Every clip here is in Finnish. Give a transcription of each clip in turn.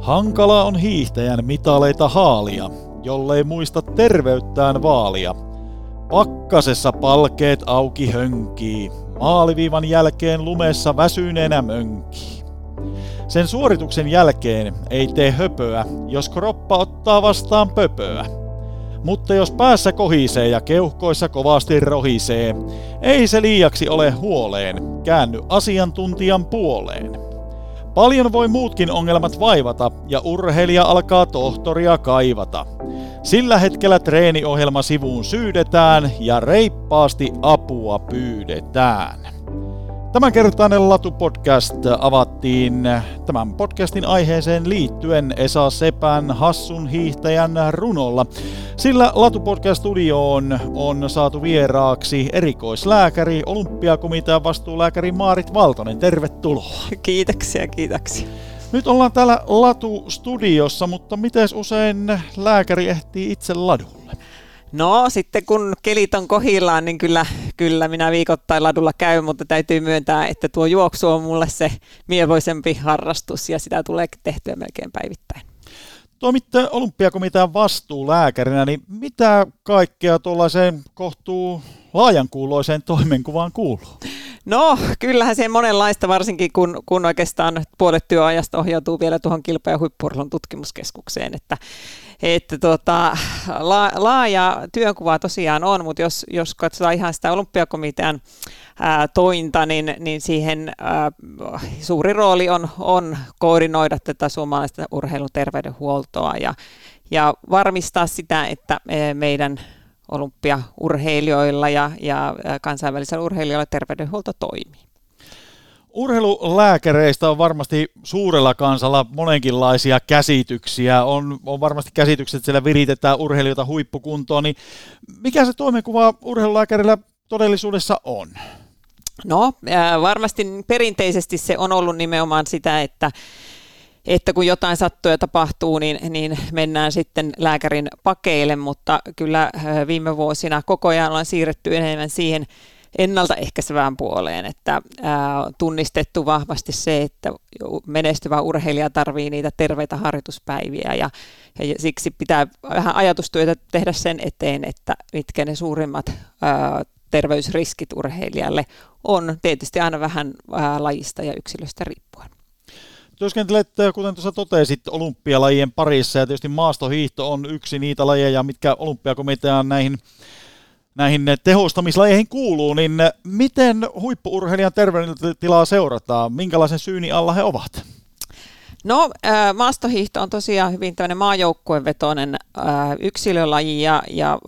Hankala on hiihtäjän mitaleita haalia, jollei muista terveyttään vaalia. Pakkasessa palkeet auki hönkii, maaliviivan jälkeen lumessa väsyneenä mönkii. Sen suorituksen jälkeen ei tee höpöä, jos kroppa ottaa vastaan pöpöä. Mutta jos päässä kohisee ja keuhkoissa kovasti rohisee, ei se liiaksi ole huoleen, käänny asiantuntijan puoleen. Paljon voi muutkin ongelmat vaivata ja urheilija alkaa tohtoria kaivata. Sillä hetkellä treeniohjelma sivuun syydetään ja reippaasti apua pyydetään. Tämänkertainen Latu-podcast avattiin tämän podcastin aiheeseen liittyen Esa Sepän Hassun hiihtäjän runolla, sillä Latu-podcast-studioon on saatu vieraaksi erikoislääkäri, Olympiakomitean vastuulääkäri Maarit Valtonen. Tervetuloa. Kiitoksia. Nyt ollaan täällä Latu-studiossa, mutta miten usein lääkäri ehtii itse ladulle? No sitten kun kelit on kohillaan, niin kyllä minä viikoittain ladulla käyn, mutta täytyy myöntää, että tuo juoksu on mulle se mievoisempi harrastus ja sitä tulee tehtyä melkein päivittäin. Toimitte Olympiakomitean vastuulääkärinä, niin mitä kaikkea tuollaiseen kohtuu laajankuuloiseen toimenkuvaan kuuluu? No kyllähän se monenlaista, varsinkin kun oikeastaan puolet työajasta ohjautuu vielä tuohon kilpa- ja huippu-urheilun tutkimuskeskukseen, että laaja työnkuva tosiaan on, mutta jos katsotaan ihan sitä Olympiakomitean tointa, niin siihen suuri rooli on koordinoida tätä suomalaista urheiluterveydenhuoltoa ja varmistaa sitä, että meidän olympiaurheilijoilla ja kansainvälisillä urheilijoilla terveydenhuolto toimii. Urheilulääkäreistä on varmasti suurella kansalla monenkinlaisia käsityksiä. On varmasti käsitykset, että siellä viritetään urheilijoita huippukuntoon. Niin mikä se toimenkuva urheilulääkärillä todellisuudessa on? No varmasti perinteisesti se on ollut nimenomaan sitä, että kun jotain sattuu ja tapahtuu, niin mennään sitten lääkärin pakeille, mutta kyllä viime vuosina koko ajan ollaan siirretty enemmän siihen ennaltaehkäisevään puoleen, että tunnistettu vahvasti se, että menestyvä urheilija tarvitsee niitä terveitä harjoituspäiviä ja siksi pitää vähän ajatustyötä tehdä sen eteen, että mitkä ne suurimmat terveysriskit urheilijalle on tietysti aina vähän lajista ja yksilöstä riippuen. Työskentelet, kuten tuossa totesit, olympialajien parissa ja tietysti maastohiihto on yksi niitä lajeja, mitkä Olympiakomitean näihin tehostamislajeihin kuuluu, niin miten huippu-urheilijan terveydentilaa seurataan? Minkälaisen syyni alla he ovat? No maastohiihto on tosiaan hyvin tämmöinen maajoukkuevetoinen yksilölaji ja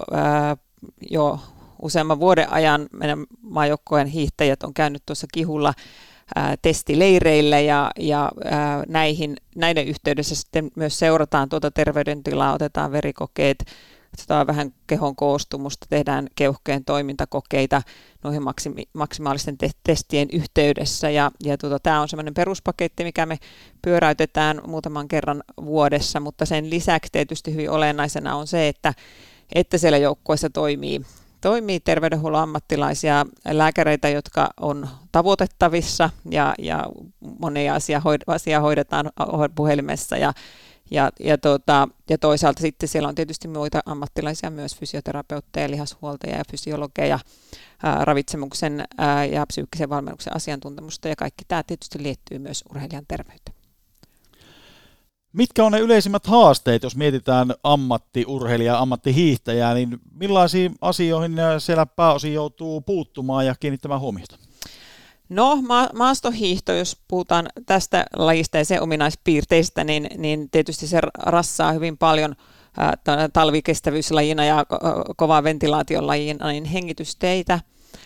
jo useamman vuoden ajan meidän maajoukkueen hiihtäjät on käynyt tuossa Kihulla testileireillä ja näiden yhteydessä sitten myös seurataan tuota terveydentilaa, otetaan verikokeet, katsotaan vähän kehon koostumusta, tehdään keuhkojen toimintakokeita noihin maksimaalisten testien yhteydessä ja tämä on semmoinen peruspaketti, mikä me pyöräytetään muutaman kerran vuodessa, mutta sen lisäksi tietysti hyvin olennaisena on se, että siellä joukkueessa toimii terveydenhuollon ammattilaisia lääkäreitä, jotka on tavoitettavissa ja monia asiaa hoidetaan puhelimessa ja toisaalta sitten siellä on tietysti muita ammattilaisia myös fysioterapeutteja, lihashuoltajia ja fysiologeja, ravitsemuksen ja psyykkisen valmennuksen asiantuntemusta ja kaikki tämä tietysti liittyy myös urheilijan terveyteen. Mitkä on ne yleisimmät haasteet, jos mietitään ammattiurheilijaa, ammattihiihtäjää, niin millaisiin asioihin siellä pääosin joutuu puuttumaan ja kiinnittämään huomiota? No maastohiihto, jos puhutaan tästä lajista ja sen ominaispiirteistä, niin tietysti se rassaa hyvin paljon talvikestävyyslajina ja kovan ventilaation lajina niin hengitysteitä.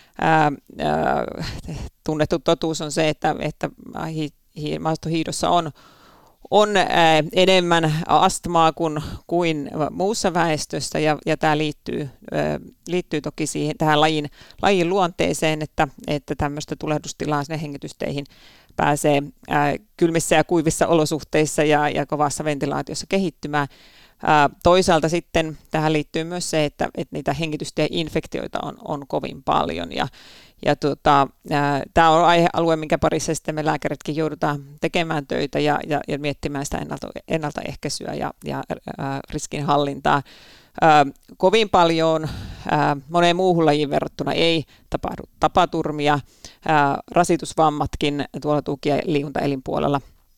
Tunnettu totuus on se, että maastohiihdossa on enemmän astmaa kuin muussa väestössä ja tämä liittyy toki tähän lajin luonteeseen, että tämmöistä tulehdustilaa sinne hengitysteihin pääsee kylmissä ja kuivissa olosuhteissa ja kovassa ventilaatiossa kehittymään. Toisaalta sitten tähän liittyy myös se, että niitä hengitystieinfektioita on kovin paljon ja tämä on aihealue, minkä parissa sitten me lääkäritkin joudutaan tekemään töitä ja miettimään sitä ennaltaehkäisyä ja riskinhallintaa. Kovin paljon moneen muuhun lajiin verrattuna ei tapahdu tapaturmia. Rasitusvammatkin tuolla tuki- ja liikuntaelinpuolella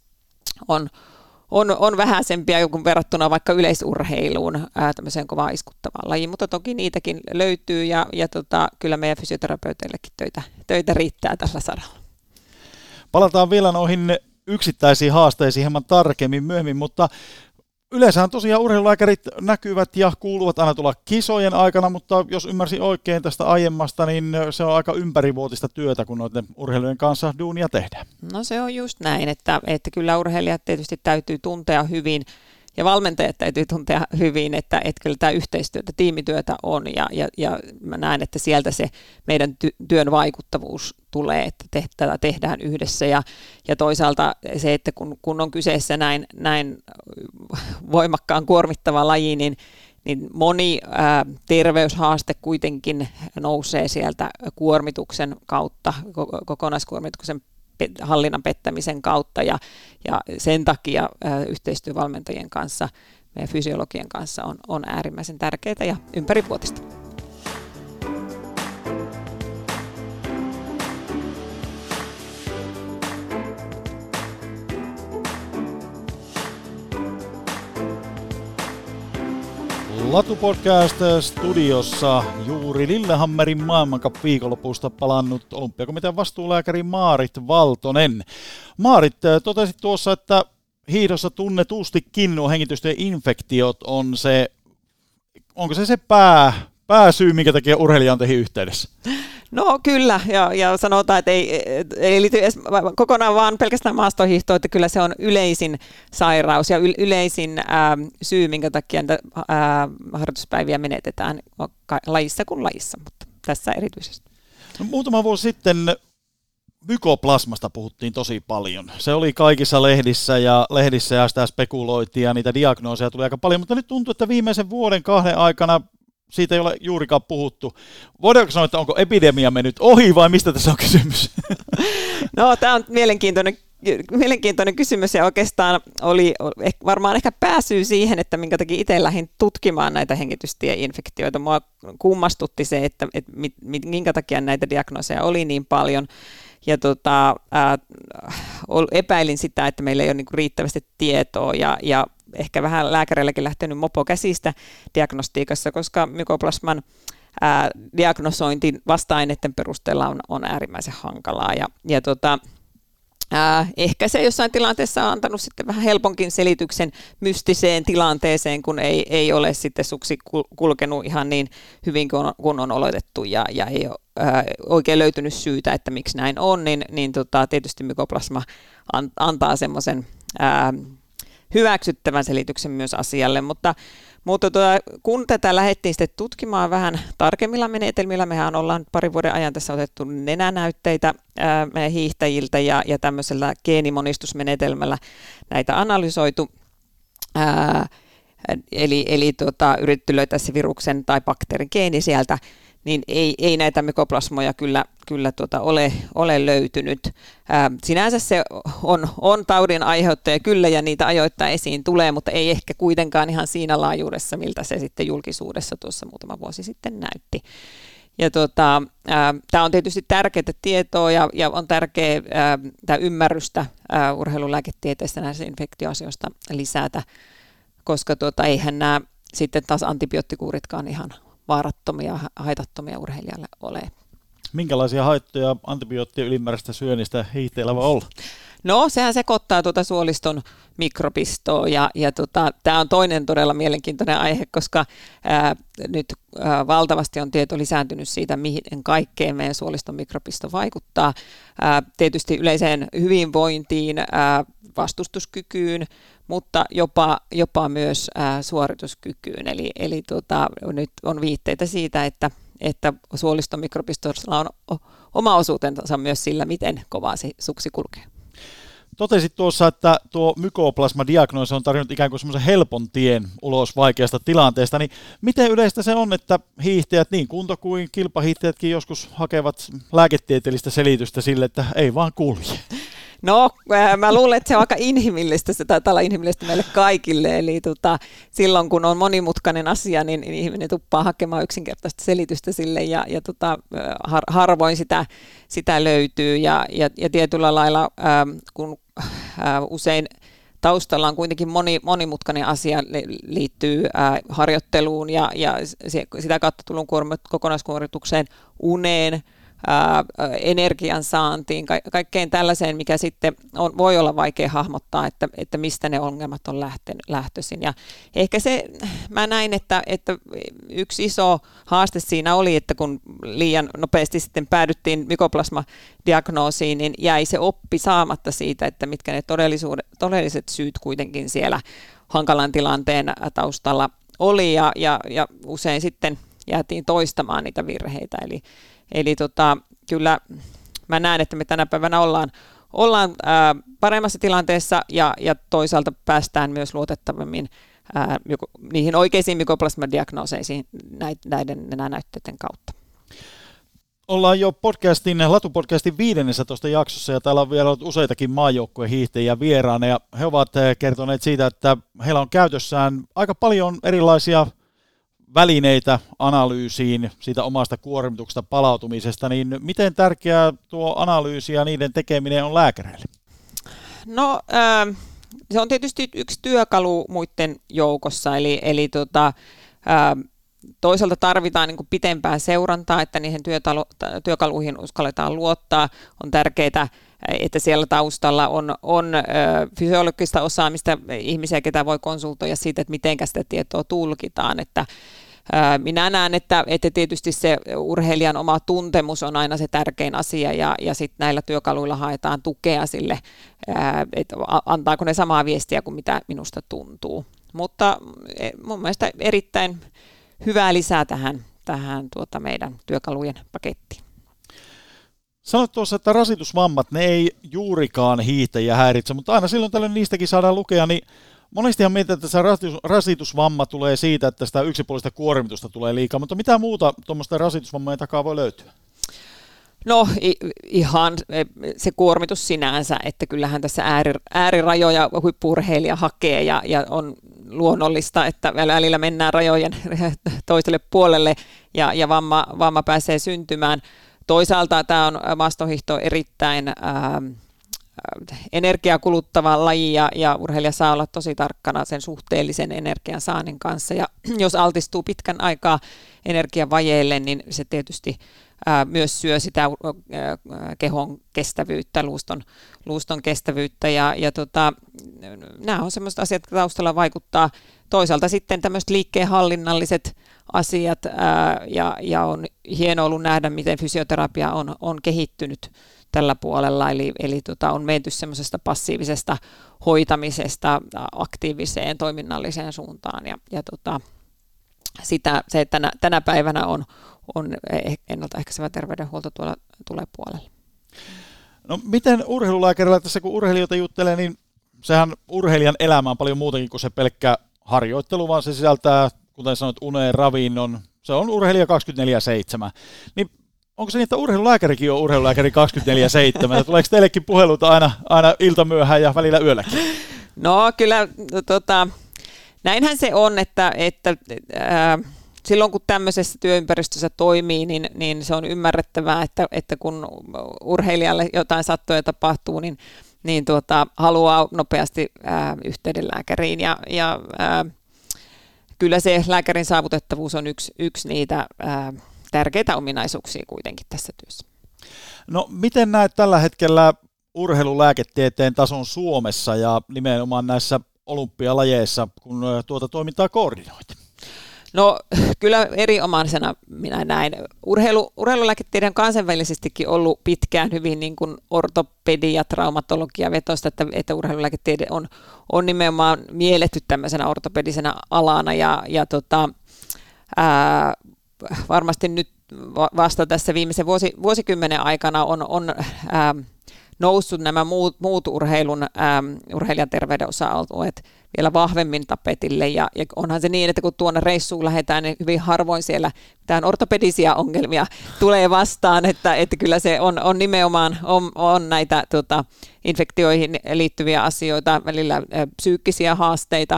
on vähäisempiä kuin verrattuna vaikka yleisurheiluun, tämmöiseen kovaan iskuttavaan lajiin, mutta toki niitäkin löytyy ja kyllä meidän fysioterapeuteillekin töitä riittää tällä saralla. Palataan vielä noihin yksittäisiin haasteisiin hieman tarkemmin myöhemmin, mutta yleensähän tosiaan urheilulääkärit näkyvät ja kuuluvat aina tulla kisojen aikana, mutta jos ymmärsin oikein tästä aiemmasta, niin se on aika ympärivuotista työtä, kun noiden urheilujen kanssa duunia tehdään. No se on just näin, että kyllä urheilijat tietysti täytyy tuntea hyvin ja valmentajat täytyy tuntea hyvin, että kyllä tämä yhteistyötä, tiimityötä on ja mä näen, että sieltä se meidän työn vaikuttavuus tulee, että tätä tehdään yhdessä ja toisaalta se, että kun on kyseessä näin voimakkaan kuormittava laji, niin moni terveyshaaste kuitenkin nousee sieltä kuormituksen kautta, kokonaiskuormituksen hallinnan pettämisen kautta ja sen takia yhteistyövalmentajien kanssa, meidän fysiologien kanssa on äärimmäisen tärkeää ja ympärivuotista. Latu-podcast studiossa juuri Lillehammerin maailmankap-viikonlopusta palannut olympiakomitean vastuulääkäri Maarit Valtonen. Maarit, totesit tuossa, että hiihdossa tunnetustikin nuo hengitystieinfektiot onko se pääsyy, minkä takia urheilija on teihin yhteydessä? No kyllä, ja sanotaan, että ei liity edes kokonaan vaan pelkästään maastohiihtoon, että kyllä se on yleisin sairaus ja yleisin syy, minkä takia harjoituspäiviä menetetään lajissa kuin lajissa, mutta tässä erityisesti. No, muutama vuosi sitten mykoplasmasta puhuttiin tosi paljon. Se oli kaikissa lehdissä ja sitä spekuloitiin ja niitä diagnooseja tuli aika paljon, mutta nyt tuntuu, että viimeisen vuoden 2 aikana siitä ei ole juurikaan puhuttu. Voidaanko sanoa, että onko epidemia mennyt ohi vai mistä tässä on kysymys? No, tämä on mielenkiintoinen kysymys ja oikeastaan oli varmaan ehkä pääsyy siihen, että minkä takia itse lähdin tutkimaan näitä hengitystieinfektioita. Mua kummastutti se, että minkä takia näitä diagnooseja oli niin paljon. Ja epäilin sitä, että meillä ei ole niinku riittävästi tietoa ja ehkä vähän lääkäreilläkin lähtenyt mopo käsistä diagnostiikassa, koska mykoplasman diagnosointi vasta-aineiden perusteella on äärimmäisen hankalaa. Ehkä se jossain tilanteessa on antanut sitten vähän helponkin selityksen mystiseen tilanteeseen, kun ei ole sitten suksi kulkenut ihan niin hyvin kuin on oletettu ja ei ole oikein löytynyt syytä, että miksi näin on, niin tietysti mykoplasma antaa semmoisen hyväksyttävän selityksen myös asialle, mutta kun tätä lähdettiin sitten tutkimaan vähän tarkemmilla menetelmillä, mehän ollaan parin vuoden ajan tässä otettu nenänäytteitä meidän hiihtäjiltä ja tämmöisellä geenimonistusmenetelmällä näitä analysoitu, eli yritetty löytää se viruksen tai bakteerin geeni sieltä, niin ei näitä mykoplasmoja kyllä ole löytynyt. Sinänsä se on taudin aiheuttaja kyllä ja niitä ajoittain esiin tulee, mutta ei ehkä kuitenkaan ihan siinä laajuudessa, miltä se sitten julkisuudessa tuossa muutama vuosi sitten näytti. Ja tämä on tietysti tärkeää tietoa ja on tärkeää tämä ymmärrystä urheilulääketieteestä näistä infektioasioista lisätä, koska eihän nämä sitten taas antibioottikuuritkaan ihan vaarattomia, haitattomia urheilijalle ole. Minkälaisia haittoja antibioottien ylimääräistä syönnistä hiihteillä voi olla? No, sehän sekoittaa suoliston mikrobistoa ja tämä on toinen todella mielenkiintoinen aihe, koska nyt valtavasti on tieto lisääntynyt siitä, mihin kaikkeen meidän suoliston mikrobisto vaikuttaa. Tietysti yleiseen hyvinvointiin, vastustuskykyyn, mutta jopa myös suorituskykyyn. Eli nyt on viitteitä siitä, että suoliston mikrobistolla on oma osuutensa myös sillä, miten kovaa se suksi kulkee. totesit tuossa, että tuo mykoplasmadiagnoosi on tarjonnut ikään kuin semmoisen helpon tien ulos vaikeasta tilanteesta, niin miten yleistä se on, että hiihtäjät, niin kunto- kuin kilpahiihtäjätkin joskus hakevat lääketieteellistä selitystä sille, että ei vaan kulje? No, mä luulen, että se on aika inhimillistä, se taitaa olla inhimillistä meille kaikille, eli silloin kun on monimutkainen asia, niin ihminen tuppaa hakemaan yksinkertaista selitystä sille, ja harvoin sitä löytyy, ja tietyllä lailla, kun usein taustalla on kuitenkin monimutkainen asia, liittyy harjoitteluun ja sitä kautta tulun kokonaiskuormitukseen, uneen, energiansaantiin, kaikkeen tällaiseen, mikä sitten voi olla vaikea hahmottaa, että mistä ne ongelmat on lähtöisin. Ja ehkä se, mä näin, että yksi iso haaste siinä oli, että kun liian nopeasti sitten päädyttiin mykoplasmadiagnoosiin, niin jäi se oppi saamatta siitä, että mitkä ne todelliset syyt kuitenkin siellä hankalan tilanteen taustalla oli, ja usein sitten jäätiin toistamaan niitä virheitä. Eli kyllä mä näen, että me tänä päivänä ollaan paremmassa tilanteessa ja toisaalta päästään myös luotettavammin niihin oikeisiin mykoplasmadiagnooseisiin näiden näytteiden kautta. Ollaan jo Latu-podcastin 15. jaksossa ja täällä on vielä ollut useitakin maajoukkueen hiihtäjiä vieraana ja he ovat kertoneet siitä, että heillä on käytössään aika paljon erilaisia välineitä analyysiin siitä omasta kuormituksesta palautumisesta, niin miten tärkeää tuo analyysi ja niiden tekeminen on lääkäreille? No se on tietysti yksi työkalu muiden joukossa, eli toisaalta tarvitaan niin kuin pitempää seurantaa, että niihin työkaluihin uskalletaan luottaa. On tärkeää, että siellä taustalla on fysiologista osaamista, ihmisiä, ketä voi konsultoida siitä, että miten sitä tietoa tulkitaan. Että minä näen, että tietysti se urheilijan oma tuntemus on aina se tärkein asia, ja sitten näillä työkaluilla haetaan tukea sille, että antaako ne samaa viestiä kuin mitä minusta tuntuu. Mutta mun mielestä erittäin hyvää lisää tähän meidän työkalujen pakettiin. Sanoit tuossa, että rasitusvammat, ne ei juurikaan hiihtäjiä häiritse, mutta aina silloin tällöin niistäkin saadaan lukea, niin monestihan mietitään, että se rasitusvamma tulee siitä, että sitä yksipuolista kuormitusta tulee liikaa, mutta mitä muuta tuommoista rasitusvammojen takaa voi löytyä? No ihan se kuormitus sinänsä, että kyllähän tässä äärirajoja huippu-urheilija hakee ja on luonnollista, että välillä mennään rajojen toiselle puolelle ja vamma pääsee syntymään. Toisaalta tämä on maastohiihto erittäin energiakuluttava laji ja urheilija saa olla tosi tarkkana sen suhteellisen energian saannin kanssa. Ja jos altistuu pitkän aikaa energiavajeelle, niin se tietysti myös syö sitä kehon kestävyyttä, luuston kestävyyttä ja nämä on sellaiset asiat, jotka taustalla vaikuttaa. Toisaalta sitten tämmöiset liikkeenhallinnalliset asiat ja on hieno ollut nähdä, miten fysioterapia on kehittynyt tällä puolella, eli on menty semmoisesta passiivisesta hoitamisesta aktiiviseen toiminnalliseen suuntaan ja se, että tänä päivänä on ennaltaehkäisevä terveydenhuolto tuolla tulee puolella. No miten urheilulääkärillä tässä, kun urheilijoita juttelee, niin sehän urheilijan elämä on paljon muutakin kuin se pelkkä harjoittelu, vaan se sisältää, kuten sanoit, uneen, ravinnon. Se on urheilija 24/7. Niin onko se niin, että urheilulääkärikin on urheilulääkäri 24/7? Tuleeko teillekin puheluita aina iltamyöhään ja välillä yölläkin? No kyllä, näinhän se on, että silloin kun tämmöisessä työympäristössä toimii, niin se on ymmärrettävää, että kun urheilijalle jotain sattuu ja tapahtuu, niin haluaa nopeasti yhteyden lääkäriin. Ja kyllä se lääkärin saavutettavuus on yksi niitä tärkeitä ominaisuuksia kuitenkin tässä työssä. No miten näet tällä hetkellä urheilulääketieteen tason Suomessa ja nimenomaan näissä olympialajeissa, kun tuota toimintaa koordinoit? No kyllä erinomaisena minä näin. Urheilulääketieteen on kansainvälisestikin ollut pitkään hyvin niin kuin ortopedia, traumatologia vetosta, että urheilulääketiede on nimenomaan mielletty tämmöisenä ortopedisena alana ja varmasti nyt vasta tässä viimeisen vuosikymmenen aikana on noussut nämä muut urheilijan terveyden osa-alueet vielä vahvemmin tapetille, ja onhan se niin, että kun tuonne reissuun lähdetään, niin hyvin harvoin siellä mitään ortopedisia ongelmia tulee vastaan, että kyllä se on nimenomaan on näitä infektioihin liittyviä asioita, välillä psyykkisiä haasteita,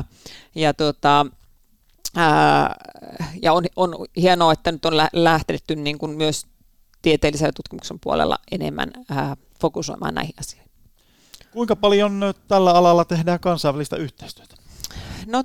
ja on hienoa, että nyt on lähdetty niin kuin myös tieteellisen tutkimuksen puolella enemmän fokusoimaan näihin asioihin. Kuinka paljon tällä alalla tehdään kansainvälistä yhteistyötä? No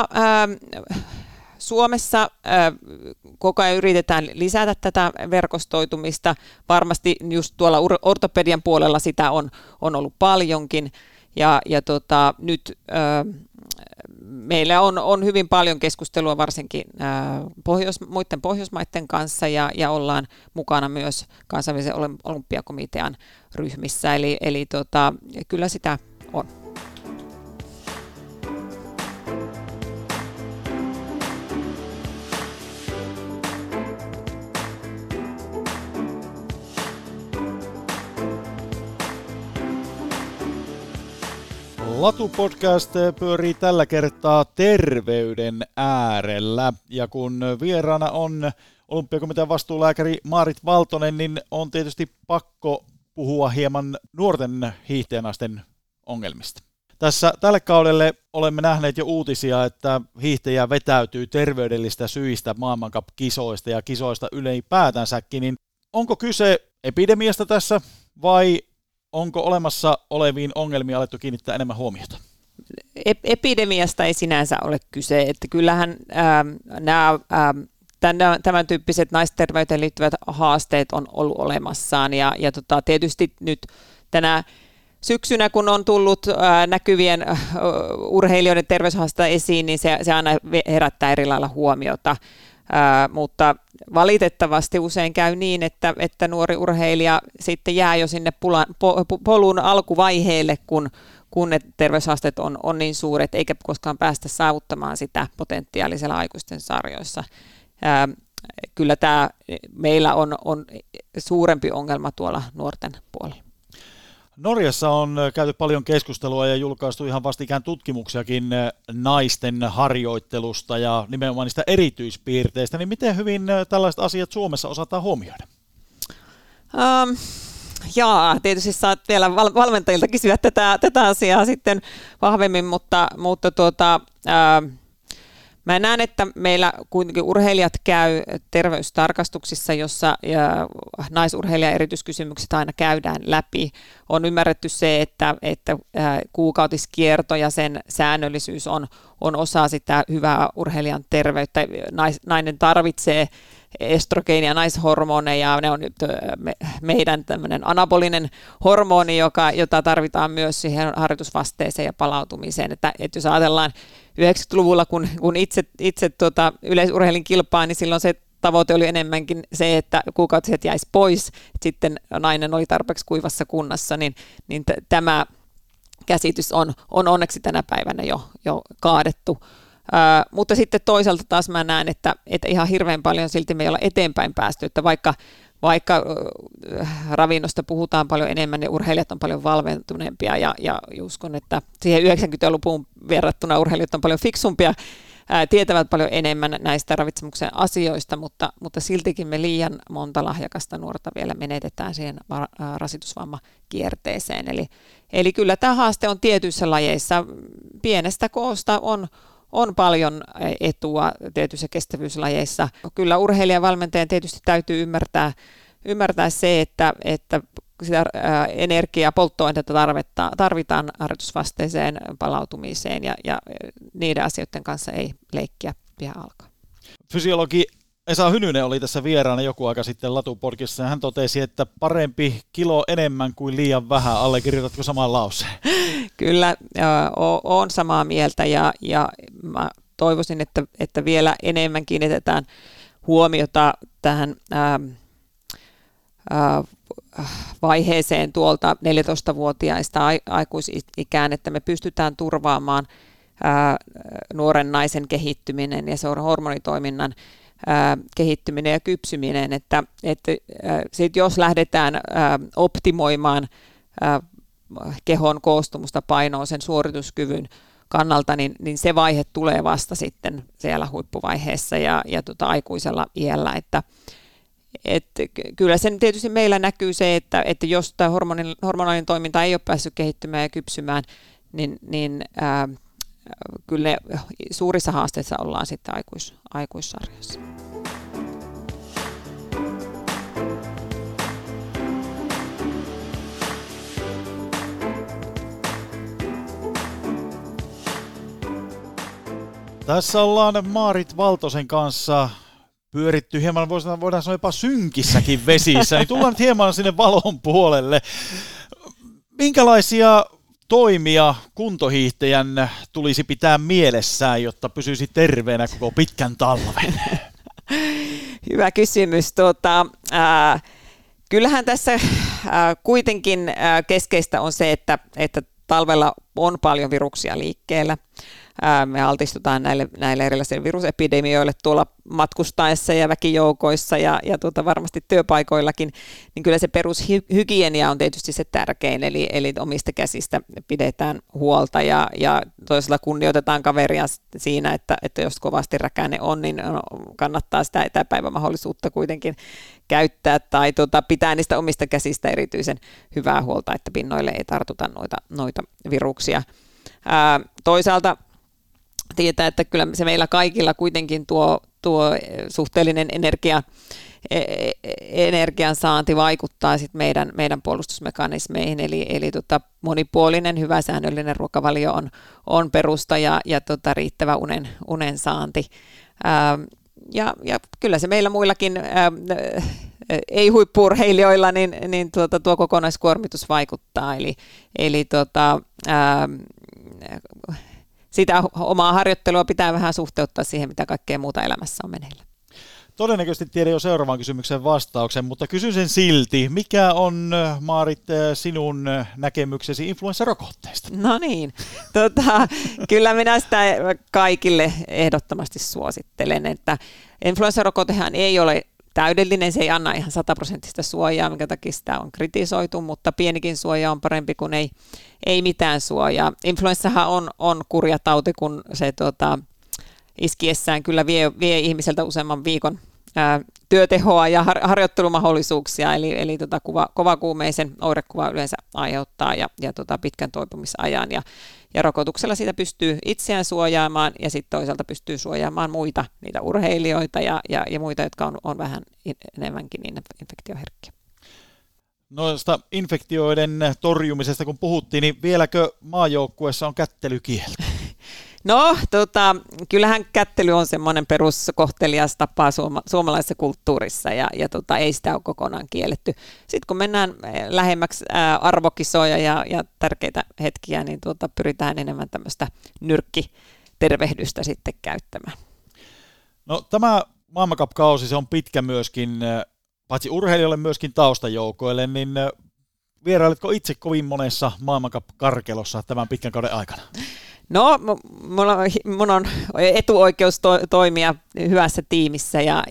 Suomessa koko ajan yritetään lisätä tätä verkostoitumista. Varmasti just tuolla ortopedian puolella sitä on ollut paljonkin. Ja nyt meillä on hyvin paljon keskustelua varsinkin muiden Pohjoismaiden kanssa ja ollaan mukana myös kansainvälisen olympiakomitean ryhmissä, eli kyllä sitä on. Latu-podcast pyörii tällä kertaa terveyden äärellä, ja kun vieraana on olympiakomitean vastuulääkäri Maarit Valtonen, niin on tietysti pakko puhua hieman nuorten hiihtäjänaisten ongelmista. Tälle kaudelle olemme nähneet jo uutisia, että hiihtäjä vetäytyy terveydellistä syistä maailmankap-kisoista ja kisoista ylipäätänsäkin, niin onko kyse epidemiasta tässä vai onko olemassa oleviin ongelmiin alettu kiinnittää enemmän huomiota? Epidemiasta ei sinänsä ole kyse, että kyllähän nämä tämän tyyppiset naisterveyteen liittyvät haasteet on ollut olemassaan ja tietysti nyt tänä syksynä, kun on tullut näkyvien urheilijoiden terveyshaasteita esiin, niin se aina herättää eri lailla huomiota. Mutta valitettavasti usein käy niin, että nuori urheilija sitten jää jo sinne polun alkuvaiheelle, kun ne terveyshaasteet on niin suuret, eikä koskaan päästä saavuttamaan sitä potentiaalisella aikuisten sarjoissa. Kyllä tämä meillä on suurempi ongelma tuolla nuorten puolella. Norjassa on käyty paljon keskustelua ja julkaistu ihan vastikään tutkimuksiakin naisten harjoittelusta ja nimenomaan niistä erityispiirteistä, niin miten hyvin tällaiset asiat Suomessa osataan huomioida? Tietysti saat vielä valmentajilta kysyä tätä asiaa sitten vahvemmin, mutta mä näen, että meillä kuitenkin urheilijat käy terveystarkastuksissa, jossa naisurheilijan erityiskysymykset aina käydään läpi. On ymmärretty se, että kuukautiskierto ja sen säännöllisyys on osa sitä hyvää urheilijan terveyttä. Nainen tarvitsee estrogeenia, naishormoneja, ne on meidän tämmöinen anabolinen hormoni, jota tarvitaan myös siihen harjoitusvasteeseen ja palautumiseen. Että jos ajatellaan 90-luvulla, kun itse yleisurheilin kilpaa, niin silloin se tavoite oli enemmänkin se, että kuukautiset jäisi pois, sitten nainen oli tarpeeksi kuivassa kunnassa, niin tämä käsitys on onneksi tänä päivänä jo kaadettu. Mutta sitten toisaalta taas mä näen, että ihan hirveän paljon silti me ei olla eteenpäin päästy, että vaikka ravinnosta puhutaan paljon enemmän, niin urheilijat on paljon valventuneempia ja uskon, että siihen 90-luvun verrattuna urheilijat on paljon fiksumpia, tietävät paljon enemmän näistä ravitsemuksen asioista, mutta siltikin me liian monta lahjakasta nuorta vielä menetetään siihen rasitusvammakierteeseen. Eli kyllä tämä haaste on tietyissä lajeissa. Pienestä koosta on paljon etua tietyissä kestävyyslajeissa. Kyllä urheilijavalmentajan tietysti täytyy ymmärtää se, että sitä energiaa, polttoainetta tarvitaan harjoitusvasteeseen palautumiseen ja niiden asioiden kanssa ei leikkiä pian alkaa. Fysiologi Esa Hynynen oli tässä vieraana joku aika sitten Latu-podcastissa ja hän totesi, että parempi kilo enemmän kuin liian vähän. Allekirjoitatko saman lauseen? Kyllä, olen samaa mieltä ja mä toivoisin, että vielä enemmän kiinnitetään huomiota tähän vaiheeseen tuolta 14-vuotiaista aikuisikään, että me pystytään turvaamaan nuoren naisen kehittyminen ja seuran hormonitoiminnan kehittyminen ja kypsyminen, että sit jos lähdetään optimoimaan kehon koostumusta, painoa, sen suorituskyvyn kannalta, niin se vaihe tulee vasta sitten siellä huippuvaiheessa ja aikuisella iällä, että kyllä sen tietysti meillä näkyy se, että jos tämä hormonaalinen toiminta ei ole päässyt kehittymään ja kypsymään, niin kyllä suurissa haasteissa ollaan sitten aikuissarjassa. Tässä ollaan Maarit Valtosen kanssa pyöritty hieman, voidaan sanoa jopa synkissäkin vesissä, niin tullaan nyt hieman sinne valon puolelle. Minkälaisia toimia kuntohiihtäjän tulisi pitää mielessään, jotta pysyisi terveenä koko pitkän talven? Hyvä kysymys. Kyllähän tässä kuitenkin keskeistä on se, että talvella on paljon viruksia liikkeellä. Me altistutaan näille erilaisille virusepidemioille tuolla matkustaessa ja väkijoukoissa ja varmasti työpaikoillakin, niin kyllä se perushygienia on tietysti se tärkein, eli omista käsistä pidetään huolta ja toisella kunnioitetaan kaveria siinä, että jos kovasti räkäinen on, niin kannattaa sitä etäpäivämahdollisuutta kuitenkin käyttää tai pitää niistä omista käsistä erityisen hyvää huolta, että pinnoille ei tartuta noita viruksia. Toisaalta tietää, että kyllä se meillä kaikilla kuitenkin tuo suhteellinen energiansaanti vaikuttaa sit meidän puolustusmekanismeihin, eli monipuolinen, hyvä säännöllinen ruokavalio on perusta ja riittävä unen saanti. Ja kyllä se meillä muillakin ei-huippu-urheilijoilla niin tuo kokonaiskuormitus vaikuttaa, eli sitä omaa harjoittelua pitää vähän suhteuttaa siihen, mitä kaikkea muuta elämässä on meneillä. Todennäköisesti tiedän jo seuraavan kysymyksen vastauksen, mutta kysyn sen silti. Mikä on, Maarit, sinun näkemyksesi influenssarokotteesta? No niin, kyllä minä sitä kaikille ehdottomasti suosittelen, että influenssarokotehan ei ole täydellinen, se ei anna ihan 100% suojaa, minkä takia sitä on kritisoitu, mutta pienikin suoja on parempi kuin ei mitään suojaa. Influenssahan on kurja tauti, kun se iskiessään kyllä vie ihmiseltä useamman viikon työtehoa ja harjoittelumahdollisuuksia, eli kovakuumeisen oirekuva yleensä aiheuttaa ja pitkän toipumisajan. Ja rokotuksella siitä pystyy itseään suojaamaan ja sitten toisaalta pystyy suojaamaan muita, niitä urheilijoita ja muita, jotka on vähän enemmänkin infektioherkkiä. Noista infektioiden torjumisesta kun puhuttiin, niin vieläkö maajoukkueessa on kättelykielto? No, kyllähän kättely on semmoinen peruskohtelias tapa suomalaisessa kulttuurissa ja ei sitä ole kokonaan kielletty. Sitten kun mennään lähemmäksi arvokisoja ja tärkeitä hetkiä, niin pyritään enemmän tämmöistä nyrkkitervehdystä sitten käyttämään. No, tämä maailmancupkausi, se on pitkä myöskin, paitsi urheilijoille myöskin taustajoukoille, niin vierailetko itse kovin monessa maailmancupkarkelossa tämän pitkän kauden aikana? No, mun on etuoikeus toimia hyvässä tiimissä ja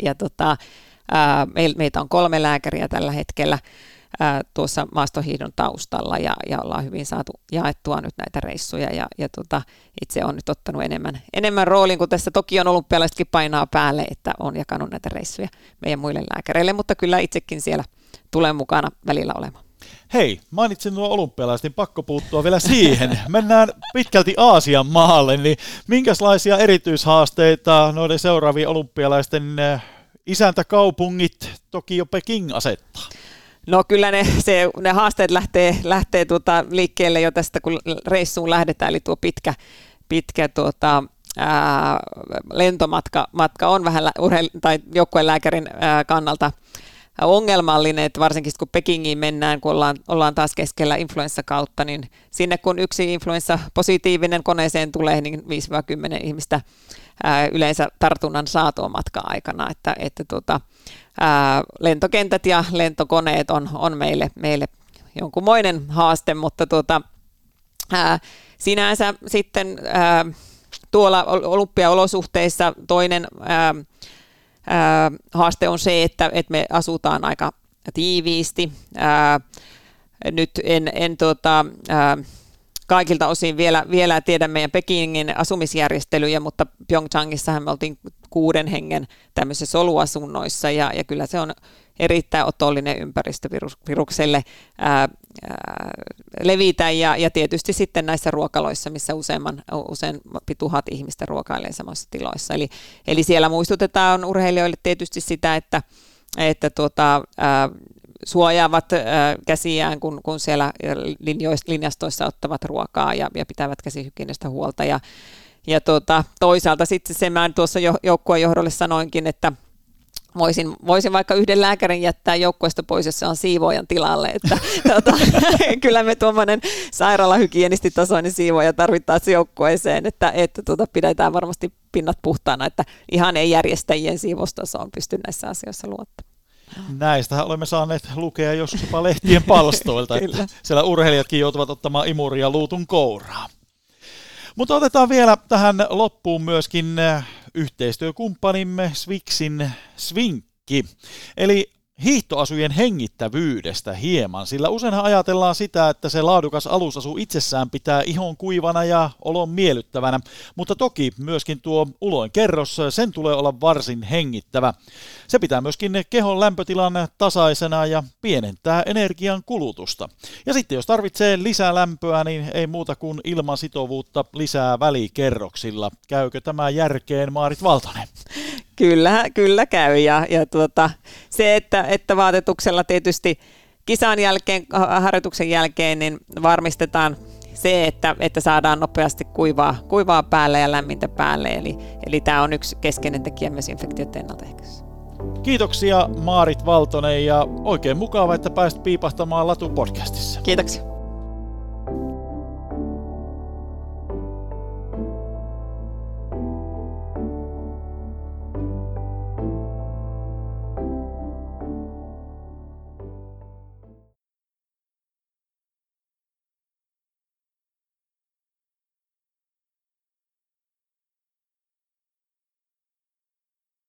meitä on 3 lääkäriä tällä hetkellä tuossa maastohiihdon taustalla ja ollaan hyvin saatu jaettua nyt näitä reissuja ja itse olen nyt ottanut enemmän roolin, kun tässä Tokion olympialaisetkin painaa päälle, että olen jakanut näitä reissuja meidän muille lääkäreille, mutta kyllä itsekin siellä tulen mukana välillä olemaan. Hei, mainitsin nuo olympialaiset, niin pakko puuttua vielä siihen. Mennään pitkälti Aasian maalle, niin minkälaisia erityishaasteita noiden seuraavien olympialaisten isäntäkaupungit Tokio Peking asettaa? No kyllä ne haasteet lähtee liikkeelle jo tästä, kun reissuun lähdetään, eli tuo pitkä lentomatka on vähän joukkueen lääkärin kannalta ongelmallinen, että varsinkin kun Pekingiin mennään, kun ollaan taas keskellä influenssakautta, niin sinne kun yksi influenssapositiivinen koneeseen tulee, niin 5-10 ihmistä yleensä tartunnan saa tuon matka-aikana, että lentokentät ja lentokoneet on meille jonkunmoinen haaste, mutta sinänsä sitten tuolla olympiaolosuhteissa toinen haaste on se, että me asutaan aika tiiviisti. nyt en kaikilta osin vielä tiedä meidän Pekingin asumisjärjestelyjä, mutta Pyeongchangissahan me oltiin 6 hengen tämmöisissä soluasunnoissa ja kyllä se on erittäin otollinen ympäristö virukselle levitä ja tietysti sitten näissä ruokaloissa, missä useampi 1000 ihmistä ruokailee samassa tiloissa. Eli siellä muistutetaan urheilijoille tietysti sitä, että suojaavat käsiään, kun siellä linjastoissa ottavat ruokaa ja pitävät käsihygienistä huolta. Ja toisaalta sitten se mä tuossa joukkueen johdolle sanoinkin, että voisin vaikka yhden lääkärin jättää joukkueesta pois, jos se on siivoojan tilalle. Että, kyllä me tuommoinen sairaalahygienistitasoinen siivooja tarvittaisiin joukkueeseen, että pidetään varmasti pinnat puhtaana, että ihan ei järjestäjien siivoustasoon pysty näissä asioissa luottamaan. Näistähän olemme saaneet lukea joskus jopa lehtien palstoilta, että siellä urheilijatkin joutuvat ottamaan imuria luutun kouraa. Mutta otetaan vielä tähän loppuun myöskin yhteistyökumppanimme Swixin svinkki, eli hiihtoasujen hengittävyydestä hieman, sillä useinhan ajatellaan sitä, että se laadukas alusasu itsessään pitää ihon kuivana ja olon miellyttävänä, mutta toki myöskin tuo uloin kerros, sen tulee olla varsin hengittävä. Se pitää myöskin kehon lämpötilan tasaisena ja pienentää energian kulutusta. Ja sitten jos tarvitsee lisää lämpöä, niin ei muuta kuin ilman sitovuutta lisää välikerroksilla. Käykö tämä järkeen, Maarit Valtonen? Kyllä käy ja se, että vaatetuksella tietysti kisan jälkeen, harjoituksen jälkeen, niin varmistetaan se, että saadaan nopeasti kuivaa päälle ja lämmintä päälle. Eli tämä on yksi keskeinen tekijä myös infektioiden ennaltaehkäisyssä. Kiitoksia Maarit Valtonen ja oikein mukava, että pääsit piipahtamaan Latu-podcastissa. Kiitoksia.